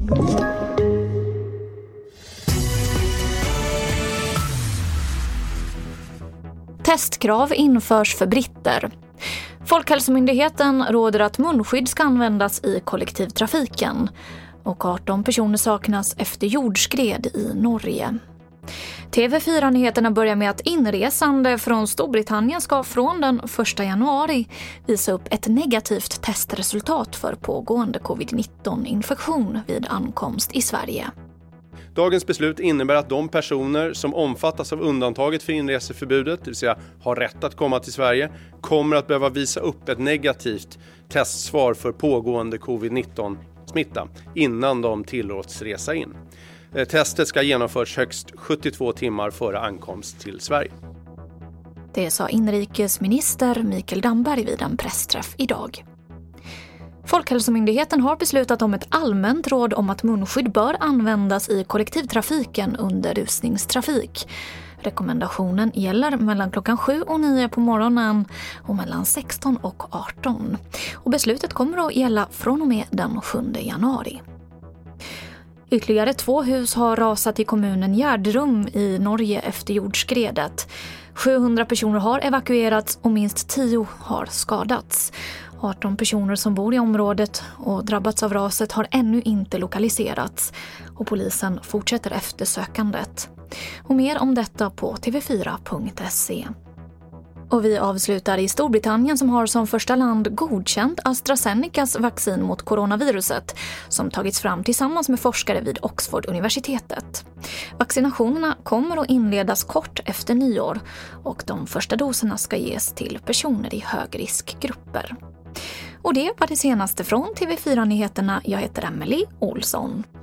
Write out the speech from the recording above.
Testkrav införs för britter. Folkhälsomyndigheten råder att munskydd ska användas i kollektivtrafiken. Och 18 personer saknas efter jordskred i Norge. TV4-nyheterna börjar med att inresande från Storbritannien ska från den 1 januari visa upp ett negativt testresultat för pågående covid-19-infektion vid ankomst i Sverige. Dagens beslut innebär att de personer som omfattas av undantaget för inreseförbudet, det vill säga har rätt att komma till Sverige, kommer att behöva visa upp ett negativt testsvar för pågående covid-19-smitta innan de tillåts resa in. Testet ska genomföras högst 72 timmar före ankomst till Sverige. Det sa inrikesminister Mikael Damberg vid en pressträff idag. Folkhälsomyndigheten har beslutat om ett allmänt råd om att munskydd bör användas i kollektivtrafiken under rusningstrafik. Rekommendationen gäller mellan klockan 7 och 9 på morgonen och mellan 16 och 18. Och beslutet kommer att gälla från och med den 7 januari. Ytterligare 2 hus har rasat i kommunen Gjerdrum i Norge efter jordskredet. 700 personer har evakuerats och minst 10 har skadats. 18 personer som bor i området och drabbats av raset har ännu inte lokaliserats och polisen fortsätter eftersökandet. Och mer om detta på tv4.se. Och vi avslutar i Storbritannien som har som första land godkänt AstraZenecas vaccin mot coronaviruset som tagits fram tillsammans med forskare vid Oxford-universitetet. Vaccinationerna kommer att inledas kort efter nyår och de första doserna ska ges till personer i högriskgrupper. Och det var det senaste från TV4-nyheterna. Jag heter Emily Olsson.